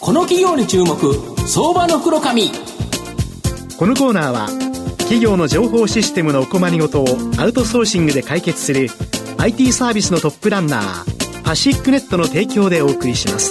この企業に注目、相場の福の神。 このコーナーは企業の情報システムのお困りごとをアウトソーシングで解決する IT サービスのトップランナーパシックネットの提供でお送りします。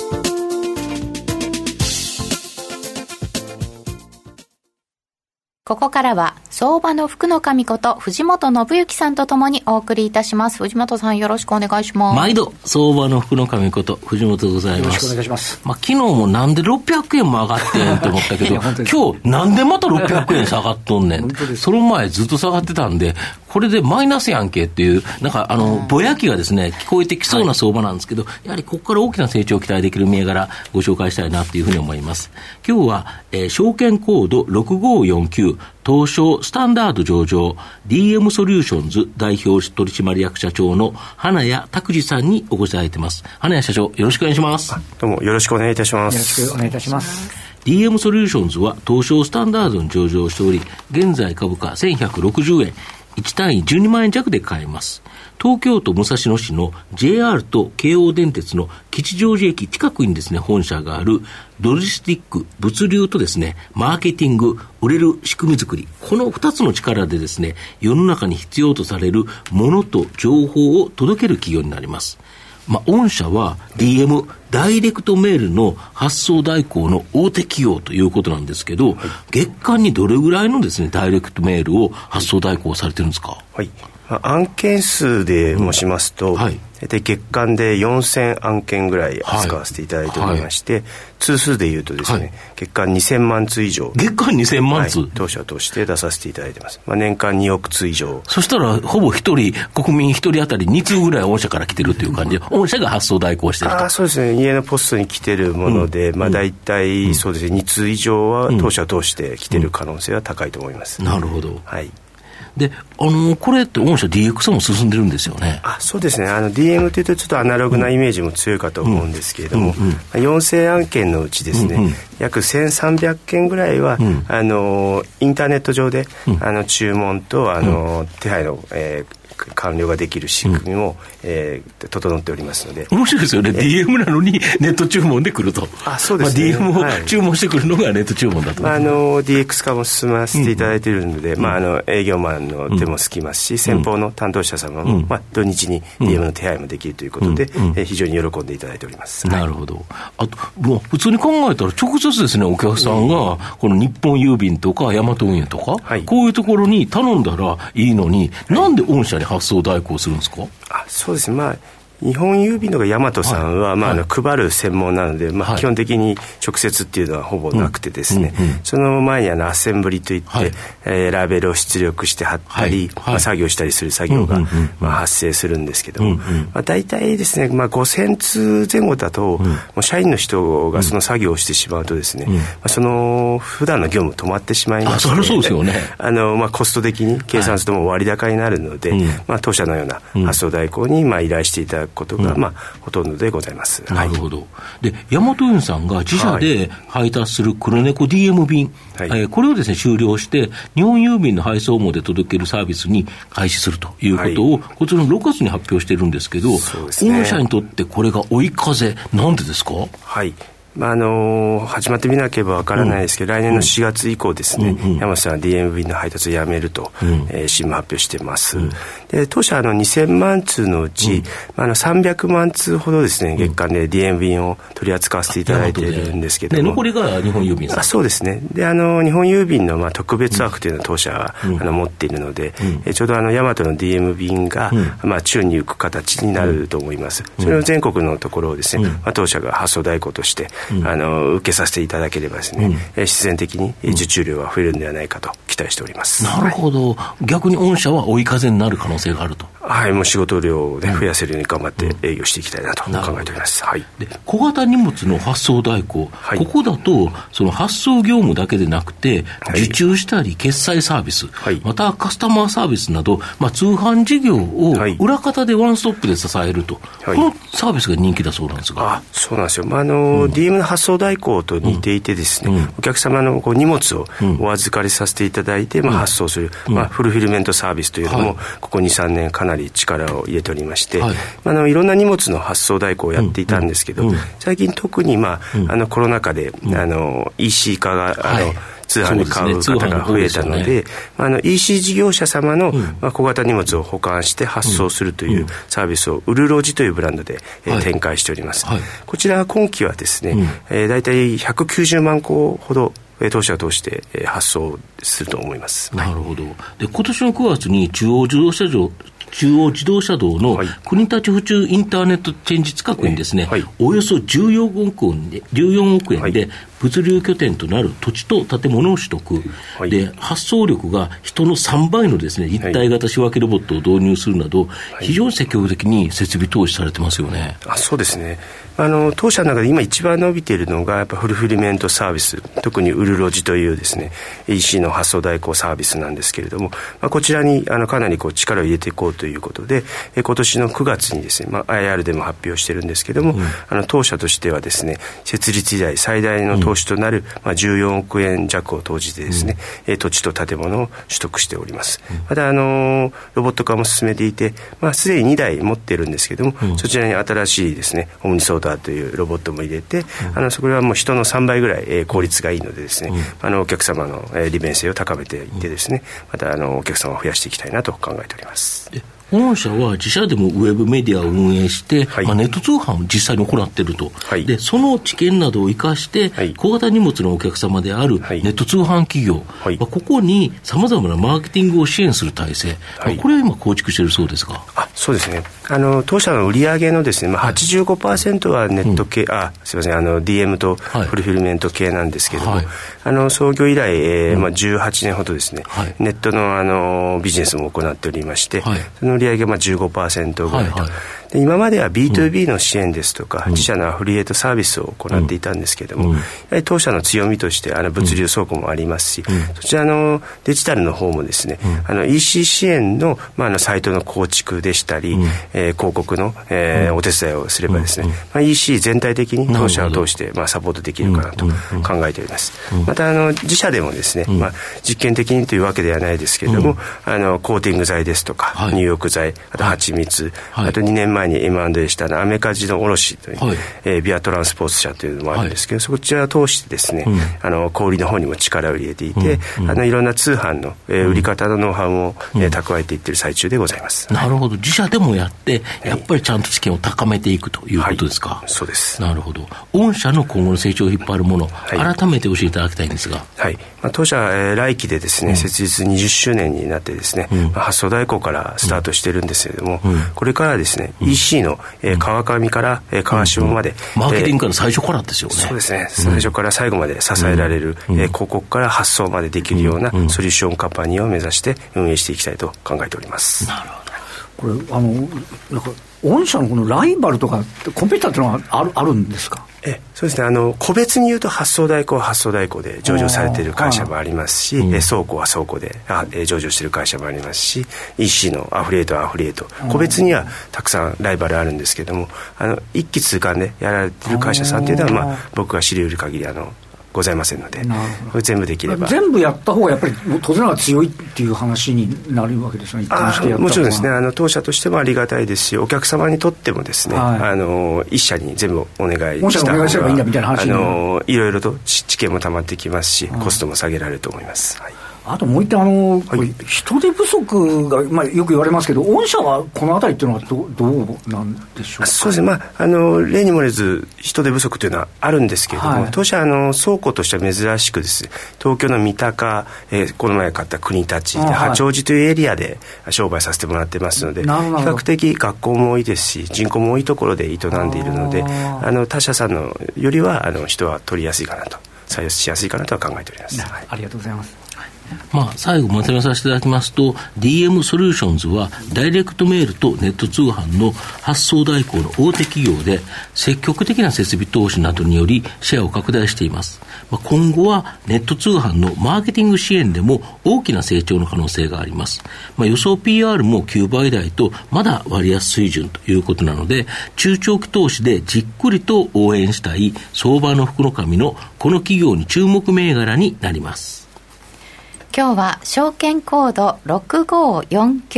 ここからは相場の福の神こと藤本信之さんとともにお送りいたします。藤本さん、よろしくお願いします。 毎度相場の福の神こと藤本でございます。 よろしくお願いします。 昨日もなんで600円も上がってんと思ったけど今日なんでまた600円下がっとんねんその前ずっと下がってたんで、これでマイナスやんけっていうなんかぼやきがですね聞こえてきそうな相場なんですけど、やはりここから大きな成長を期待できる銘柄ご紹介したいなというふうに思います。今日は、証券コード6549東証スタンダード上場 DM ソリューションズ代表取締役社長の花谷拓司さんにお越しいただいています。花谷社長、よろしくお願いします。 どうもよろしくお願いいたします。 よろしくお願いいたします。 DM ソリューションズは東証スタンダードに上場しており、現在株価1160円、1単位12万円弱で買えます。東京都武蔵野市の JR と京王電鉄の吉祥寺駅近くにですね本社があるロジスティック、物流とですねマーケティング、売れる仕組み作り、この2つの力でですね世の中に必要とされるものと情報を届ける企業になります。御社は DM ダイレクトメールの発送代行の大手企業ということなんですけど、月間にどれぐらいのですねダイレクトメールを発送代行されてるんですか？ はい、案件数で申しますと、で月間で4000案件ぐらい扱わせていただいておりまして、通数でいうとですね、月間2000万通以上、 月間2000万通、 当社として出させていただいてます。年間2億通以上。 そしたらほぼ一人国民一人当たり2通ぐらい御社から来てるという感じで、御社が発送代行してると。 そうですね、家のポストに来てるもので、大体そうですね、2通以上は当社を通して来てる可能性は高いと思います。 なるほど。 はい。 でこれって御社 DX も進んでるんですよね。 そうですね、DM というとちょっとアナログなイメージも強いかと思うんですけれども、4000案件のうちですね、約1300件ぐらいは、インターネット上で、注文と手配の、完了ができる仕組みも、整っておりますので。 面白いですよね、DM なのにネット注文で来ると。 そうですね、 DM を注文してくるのがネット注文だと。 DX 化も進ませていただいているので、営業マンの手もすきますし、先方の担当者様も、土日に DM の手配もできるということで、非常に喜んでいただいております。 なるほど。あともう普通に考えたら直接ですね、お客さんがこの日本郵便とかヤマト運輸とか、こういうところに頼んだらいいのに、なんで御社に発送代行するんですか？ そうですね、日本郵便とかヤマトさんは、配る専門なので、基本的に直接っていうのはほぼなくてですね、その前にアセンブリといって、ラベルを出力して貼ったり、作業したりする作業が、発生するんですけども、大体ですね、5000通前後だと、もう社員の人がその作業をしてしまうとですね、その普段の業務止まってしまいますので、 そうですよね。 コスト的に計算するとも割高になるので、当社のような発送代行に依頼していただくことが、ほとんどでございます。 なるほど。で、ヤマト運輸さんが自社で配達する黒猫 DM 便、これをですね終了して日本郵便の配送網で届けるサービスに開始するということを、こちらの6月に発表しているんですけど、御社にとってこれが追い風なんでですか？ 始まってみなければわからないですけど、来年の4月以降ですね、ヤマトさんは DM 便の配達をやめると、新聞発表しています。で、当社2000万通のうち、300万通ほどですね、月間で DM 便を取り扱わせていただいているんですけども、 残りが日本郵便さん。 そうですね。で、日本郵便の特別枠というのを当社は、持っているので、ちょうどヤマトの DM 便が、宙に浮く形になると思います。それを全国のところをですね、当社が発送代行として受けさせていただければですね、必然的に受注量が増えるのではないかと期待しております。 なるほど。逆に御社は追い風になる可能性があると。 もう仕事量を、増やせるように頑張って営業していきたいなと考えております。 で、小型荷物の発送代行、ここだとその発送業務だけでなくて、受注したり決済サービス、またカスタマーサービスなど、通販事業を裏方でワンストップで支えると、このサービスが人気だそうなんですが。 そうなんですよ。DM の発送代行と似ていてですね、お客様の荷物をお預かりさせていただいて、発送する、フルフィルメントサービスというのも、ここ 2,3 年かななり力を入れておりまして、いろんな荷物の発送代行をやっていたんですけど、最近特に、コロナ禍で、EC 化が通販で買う方が増えたので、EC 事業者様の小型荷物を保管して発送するというサービスをウルロジというブランドで展開しております。こちらは今期はですね、だいたい190万個ほど当社を通して発送すると思います。 なるほど。で、今年の9月に中央自動車道の国立府中インターネットチェンジ近くにですね、およそ14億円で物流拠点となる土地と建物を取得、で発送力が人の3倍のですね、立体型仕分けロボットを導入するなど、非常に積極的に設備投資されてますよね。 そうですね。当社の中で今一番伸びているのがやっぱフルフィルメントサービス、特にウルロジというですね EC の発送代行サービスなんですけれども、こちらにかなり力を入れていこうということで、今年の9月にですね、IR でも発表してるんですけども、当社としてはですね、設立以来最大の投資となる、14億円弱を投じてですね、土地と建物を取得しております。またロボット化も進めていて、すでに2台持っているんですけども、そちらに新しいですねオムニソーダーというロボットも入れて、そこはもう人の3倍ぐらい効率がいいのでですね、お客様の利便性を高めていってですね、またお客様を増やしていきたいなと考えております。 本社は自社でもウェブメディアを運営して、ネット通販を実際に行っていると、でその知見などを生かして、小型荷物のお客様であるネット通販企業、ここにさまざまなマーケティングを支援する体制、これを今構築しているそうですが。 そうですね。当社の売上のですね、85% はネット系、すいません、DM とフルフィルメント系なんですけども、創業以来、18年ほどですね、ネットのビジネスも行っておりまして、その売上が15% ぐらいと。で今までは B2B の支援ですとか、自社のアフリエイトサービスを行っていたんですけれども、やはり当社の強みとして物流倉庫もありますし、そちらのデジタルの方もですね、EC 支援の、サイトの構築でしたり、広告の、お手伝いをすればですね、EC 全体的に当社を通して、サポートできるかなと考えております。また自社でもですね、実験的にというわけではないですけれども、コーティング剤ですとか、入浴剤、あと蜂蜜、あと2年前に M&A したアメカジの卸という、ビアトランスポーツ社というのもあるんですけど、そちらを通してですね、小売りの方にも力を入れていて、いろんな通販の、売り方のノウハウを、蓄えていっている最中でございます。 なるほど。自社でもやってやっぱりちゃんと知見を高めていくということですか。 そうです。 なるほど。御社の今後の成長を引っ張るもの、改めて教えていただきたいんですが。 当社、来期でですね、設立20周年になってですね、発送代行からスタートしているんですけれども、これからですね、EC の、川上から川下まで、 マーケティングから最初からですよね。 そうですね。最初から最後まで支えられる、広告から発送までできるようなソリューションカンパニーを目指して運営していきたいと考えております。 なるほど。 これなんか御社のこのライバルとかコンペティターというのはあるんですか。 そうですね。個別に言うと発送代行は発送代行で上場されている会社もありますし、倉庫は倉庫で上場している会社もありますし、EC のアフリエイトはアフリエイト、個別にはたくさんライバルあるんですけども、一気通貫でやられている会社さんというのは、僕が知り得る限りございませんので、全部できれば全部やった方がやっぱり当然は強いっていう話になるわけですよね。一貫してやった方が。 もちろんですね。当社としてもありがたいですし、お客様にとってもですね、一社に全部お願いした方が、 すればいいんだみたいな話になる。 いろいろと知見もたまってきますし、コストも下げられると思います。 あともう一点人手不足が、よく言われますけど、御社はこのあたりっていうのはどうなんでしょうか。 そうですね。例に漏れず人手不足というのはあるんですけれども、当社倉庫としては珍しくですね、東京の三鷹、この前買った国立で八王子というエリアで商売させてもらってますので、比較的学校も多いですし、人口も多いところで営んでいるので、他社さんのよりは人は取りやすいかなと、採用しやすいかなとは考えております。 ありがとうございます。 最後まとめさせていただきますと、 DM ソリューションズはダイレクトメールとネット通販の発送代行の大手企業で、積極的な設備投資などによりシェアを拡大しています。今後はネット通販のマーケティング支援でも大きな成長の可能性があります。予想 PR も9倍台とまだ割安水準ということなので、中長期投資でじっくりと応援したい相場の福の神のこの企業に注目銘柄になります。 今日は証券コード6549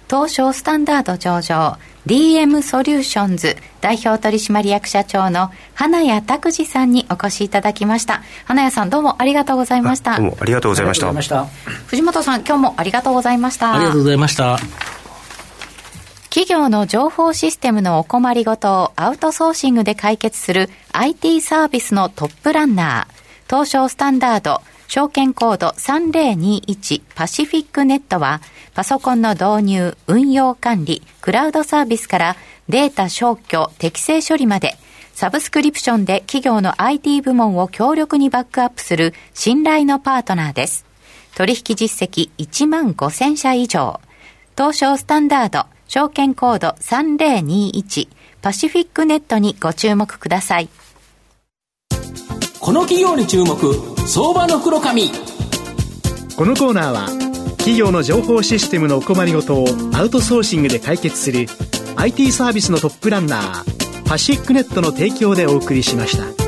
東証スタンダード上場 DM ソリューションズ代表取締役社長の花谷拓司さんにお越しいただきました。花谷さん、どうもありがとうございました。 どうもありがとうございました。 藤本さん、今日もありがとうございました。 ありがとうございました。 企業の情報システムのお困りごとをアウトソーシングで解決する IT サービスのトップランナー、東証スタンダード証券コード3021パシフィックネットは、パソコンの導入、運用管理、クラウドサービスからデータ消去、適正処理まで、サブスクリプションで企業の IT 部門を強力にバックアップする信頼のパートナーです。取引実績1万5000社以上。東証スタンダード証券コード3021パシフィックネットにご注目ください。 この企業に注目、相場の袋紙。 このコーナーは企業の情報システムのお困りごとをアウトソーシングで解決する IT サービスのトップランナーパシフィックネットの提供でお送りしました。